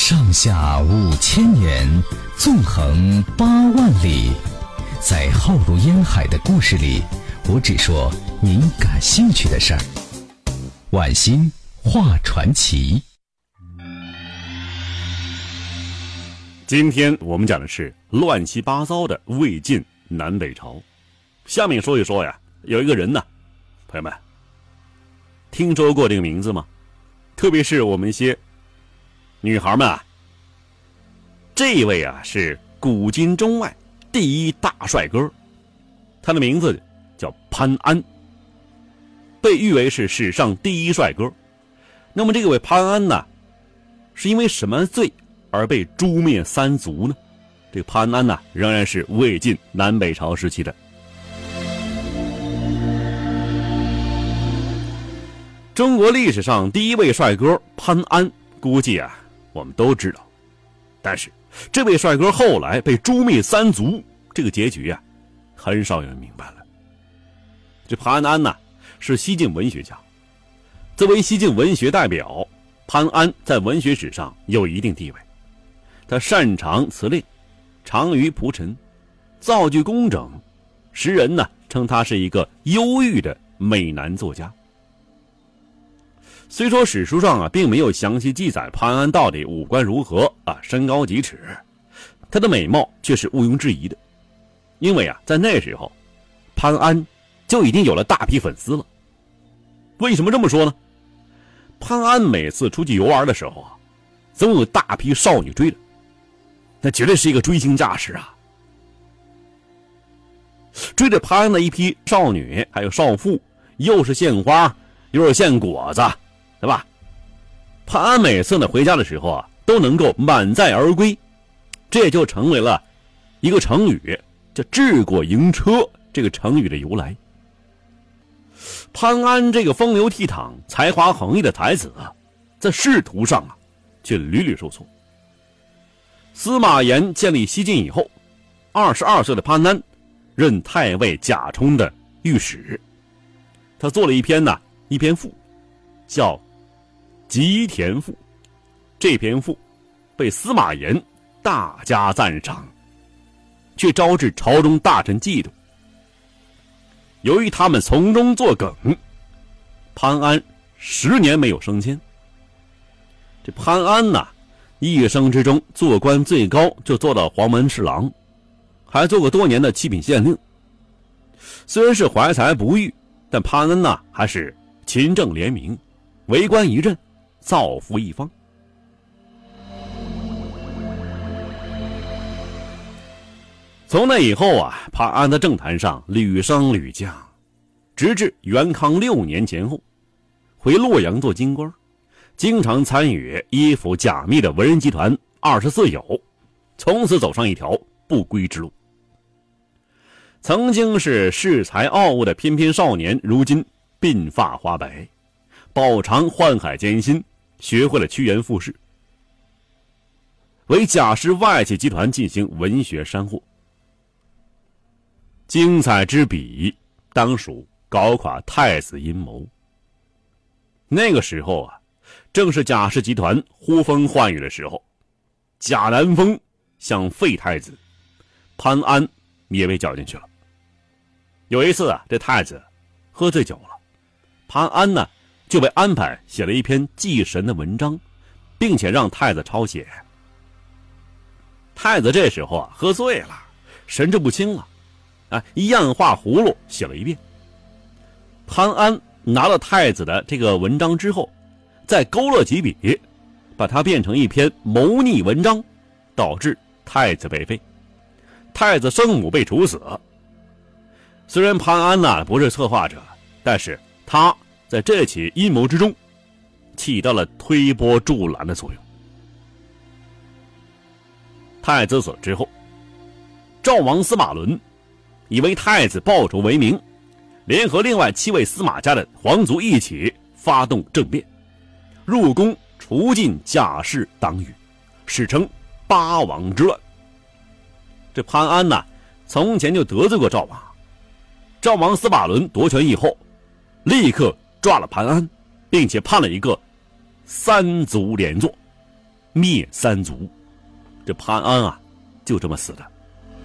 上下5000年，纵横8万里，在浩如烟海的故事里，我只说您感兴趣的事儿。晚星话传奇。 今天我们讲的是乱七八糟的魏晋南北朝。下面说一说呀，有一个人呢，朋友们听说过这个名字吗？特别是我们一些女孩们啊，这一位啊是古今中外第一大帅哥，他的名字叫潘安，被誉为是史上第一帅哥。那么这位潘安呢，是因为什么罪而被诛灭三族呢？这个潘安呢，仍然是魏晋南北朝时期的。中国历史上第一位帅哥潘安，估计啊我们都知道，但是这位帅哥后来被诛灭三族，这个结局啊很少有人明白了。这潘安呢，是西晋文学家，作为西晋文学代表，潘安在文学史上有一定地位。他擅长辞令，长于蒲陈，造句工整，时人呢称他是一个忧郁的美男作家。虽说史书上啊并没有详细记载潘安到底五官如何啊，身高几尺，他的美貌却是毋庸置疑的。因为啊在那时候，潘安就已经有了大批粉丝了。为什么这么说呢？潘安每次出去游玩的时候啊，总有大批少女追着，那绝对是一个追星架势啊。追着潘安的一批少女还有少妇，又是献花又是献果子，对吧？潘安每次呢回家的时候啊，都能够满载而归，这也就成为了一个成语，叫治国盈车，这个成语的由来。潘安这个风流倜傥、才华横溢的才子啊，在仕途上啊却屡屡受挫。司马炎建立西晋以后，22岁的潘安任太尉贾充的御史，他做了一篇赋，叫《吉田赋》。这篇赋被司马炎大加赞赏，却招致朝中大臣嫉妒。由于他们从中作梗，潘安10年没有升迁。这潘安呐，一生之中做官最高就做到黄门侍郎，还做过多年的七品县令。虽然是怀才不遇，但潘安呐还是勤政廉明，为官一任，造福一方。从那以后啊，潘安的政坛上屡升屡降，直至元康6年前后，回洛阳做京官，经常参与依附贾密的文人集团24友，从此走上一条不归之路。曾经是恃才傲物的翩翩少年，如今鬓发花白，饱尝宦海艰辛，学会了趋炎附势，为贾氏外戚集团进行文学煽惑。精彩之笔，当属搞垮太子阴谋。那个时候啊，正是贾氏集团呼风唤雨的时候，贾南风想废太子，潘安也被搅进去了。有一次啊，这太子喝醉酒了，潘安呢就被安排写了一篇祭神的文章，并且让太子抄写。太子这时候啊喝醉了，神志不清了，一样画葫芦写了一遍。潘安拿了太子的这个文章之后，再勾勒几笔，把它变成一篇谋逆文章，导致太子被废，太子生母被处死。虽然潘安不是策划者，但是他在这起阴谋之中起到了推波助澜的作用。太子死之后，赵王司马伦以为太子报仇为名，联合另外7位司马家的皇族一起发动政变，入宫除尽贾氏党羽，史称八王之乱。这潘安从前就得罪过赵王，赵王司马伦夺权以后，立刻抓了潘安，并且判了一个3族连坐。 灭三族。这潘安啊，就这么死的。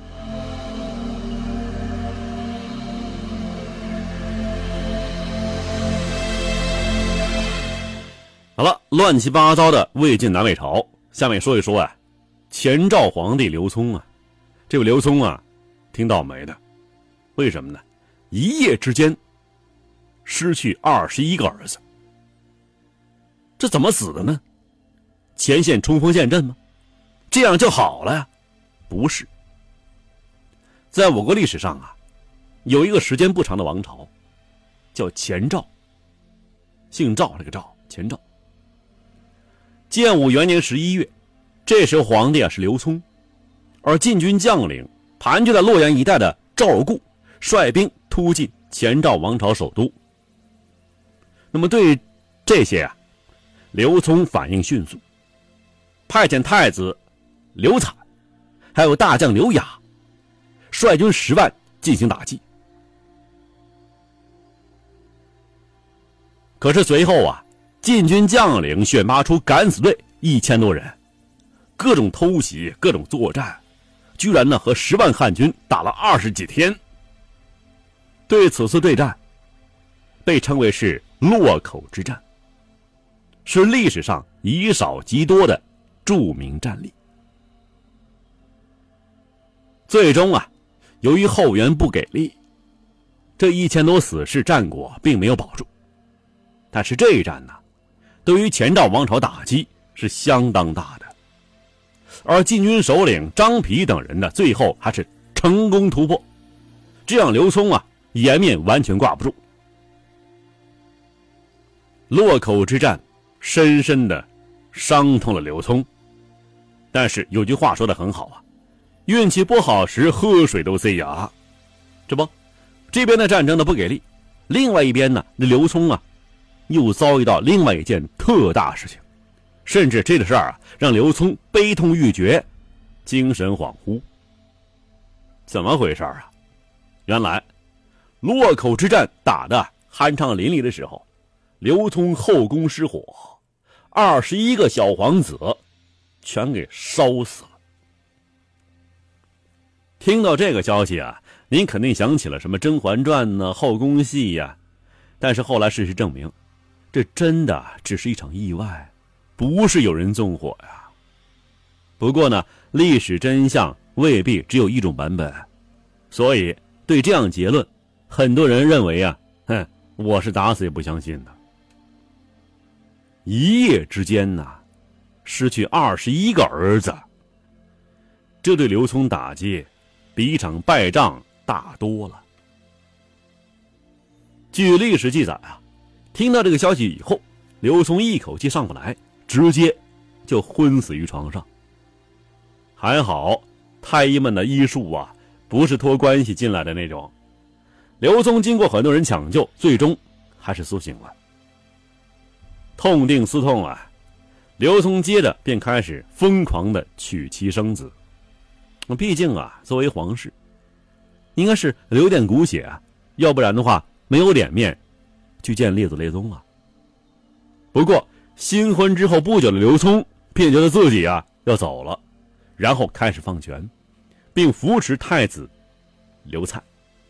好了，乱七八糟的魏晋南北朝，下面说一说啊，前赵皇帝刘聪啊，这位刘聪啊，挺倒霉的。为什么呢？一夜之间失去21个儿子。这怎么死的呢？前线冲锋陷阵吗？这样就好了呀？不是。在我国历史上啊，有一个时间不长的王朝，叫前赵，姓赵这个赵，前赵。建武元年11月，这时候皇帝啊是刘聪，而禁军将领盘踞在洛阳一带的赵尔固率兵突进前赵王朝首都。那么对这些啊，刘聪反应迅速，派遣太子刘粲还有大将刘雅率军10万进行打击。可是随后啊，禁军将领选拔出敢死队1000多人，各种偷袭，各种作战，居然呢和10万汉军打了20几天。对此次对战，被称为是洛口之战，是历史上以少击多的著名战例。最终啊，由于后援不给力，这1000多死士战果并没有保住。但是这一战呢，对于前赵王朝打击是相当大的，而禁军首领张皮等人呢，最后还是成功突破，这样刘聪啊颜面完全挂不住。洛口之战深深的伤痛了刘聪，但是有句话说得很好啊，运气不好时喝水都塞牙。这不，这边的战争的不给力，另外一边呢，这刘聪啊又遭遇到另外一件特大事情，甚至这个事儿啊让刘聪悲痛欲绝，精神恍惚。怎么回事啊？原来洛口之战打得酣畅淋漓的时候，刘聪后宫失火，21个小皇子全给烧死了。听到这个消息啊，您肯定想起了什么《甄嬛传》呢、后宫戏呀，但是后来事实证明，这真的只是一场意外，不是有人纵火呀。不过呢，历史真相未必只有一种版本，所以对这样结论，很多人认为啊，我是打死也不相信的。一夜之间呢，失去21个儿子，这对刘聪打击比一场败仗大多了。据历史记载啊，听到这个消息以后，刘聪一口气上不来，直接就昏死于床上。还好太医们的医术啊，不是托关系进来的那种。刘聪经过很多人抢救，最终还是苏醒了。痛定思痛啊，刘聪接着便开始疯狂的娶妻生子。毕竟啊，作为皇室，应该是留点骨血啊，要不然的话没有脸面去见列祖列宗啊。不过新婚之后不久的刘聪便觉得自己啊要走了，然后开始放权，并扶持太子刘粲。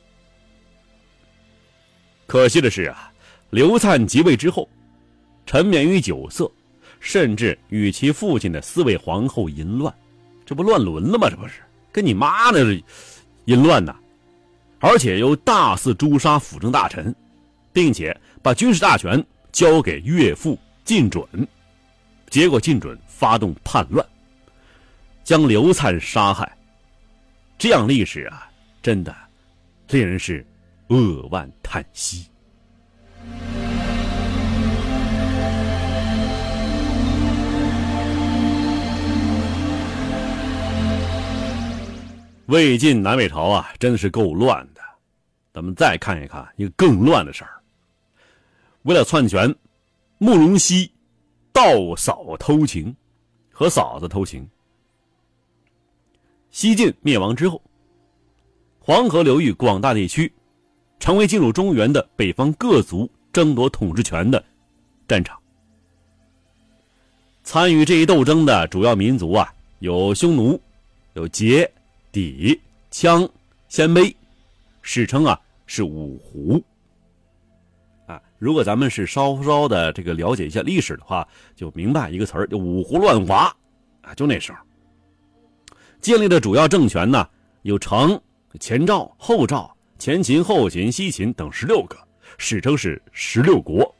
可惜的是啊，刘粲即位之后，沉湎于酒色，甚至与其父亲的4位皇后淫乱，这不乱伦了吗？这不是跟你妈那是淫乱呐！而且又大肆诛杀辅政大臣，并且把军事大权交给岳父靳准，结果靳准发动叛乱，将刘粲杀害。这样历史啊，真的令人是扼腕叹息。魏晋南北朝啊，真的是够乱的。咱们再看一看一个更乱的事儿。为了篡权，慕容熙盗嫂偷情，和嫂子偷情。西晋灭亡之后，黄河流域广大地区成为进入中原的北方各族争夺统治权的战场。 参与这一斗争的主要民族啊，有匈奴、有羯、氐、羌、鲜卑，史称啊是五胡。啊，如果咱们是稍稍的这个了解一下历史的话，就明白一个词儿，就五胡乱华啊，就那时候建立的主要政权呢，有成、前赵、后赵、前秦、后秦、西秦等16个，史称是16国。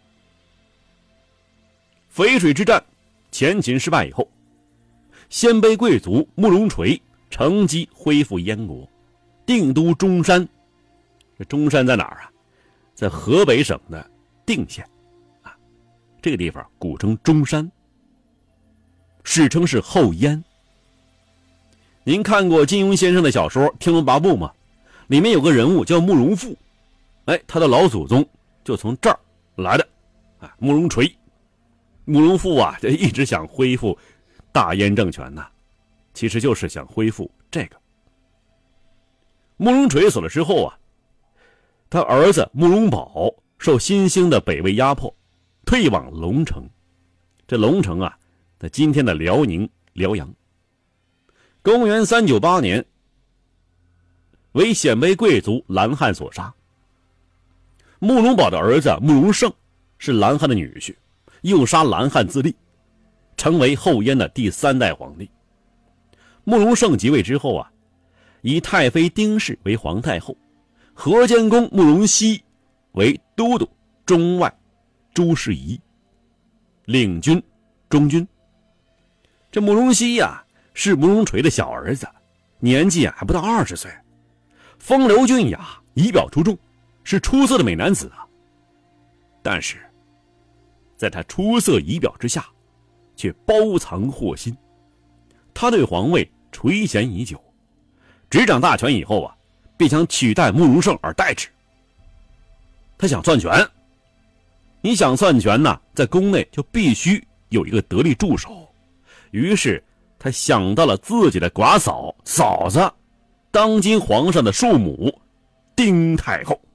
淝水之战，前秦失败以后，鲜卑贵族慕容垂乘机恢复燕国，定都中山。这中山在哪儿啊？在河北省的定县啊，这个地方古称中山，史称是后燕。您看过金庸先生的小说《天龙八部》吗？里面有个人物叫慕容复，他的老祖宗就从这儿来的啊，慕容垂。慕容复啊，一直想恢复大燕政权呐，其实就是想恢复这个。慕容垂死了之后啊，他儿子慕容宝受新兴的北魏压迫，退往龙城。这龙城啊，在今天的辽宁辽阳。公元398年，为鲜卑贵族蓝汉所杀。慕容宝的儿子慕容盛是蓝汉的女婿，诱杀蓝汉自立，成为后燕的第3代皇帝。慕容盛即位之后啊，以太妃丁氏为皇太后，河间公慕容熙为都督中外诸事宜，领军中军。这慕容熙呀，是慕容垂的小儿子，年纪还不到20岁，风流俊雅，仪表出众，是出色的美男子啊。但是在他出色仪表之下，却包藏祸心。他对皇位垂涎已久，执掌大权以后啊，便想取代慕容盛而代之。他想篡权，你想篡权呢，在宫内就必须有一个得力助手。于是他想到了自己的寡嫂嫂子，当今皇上的庶母丁太后。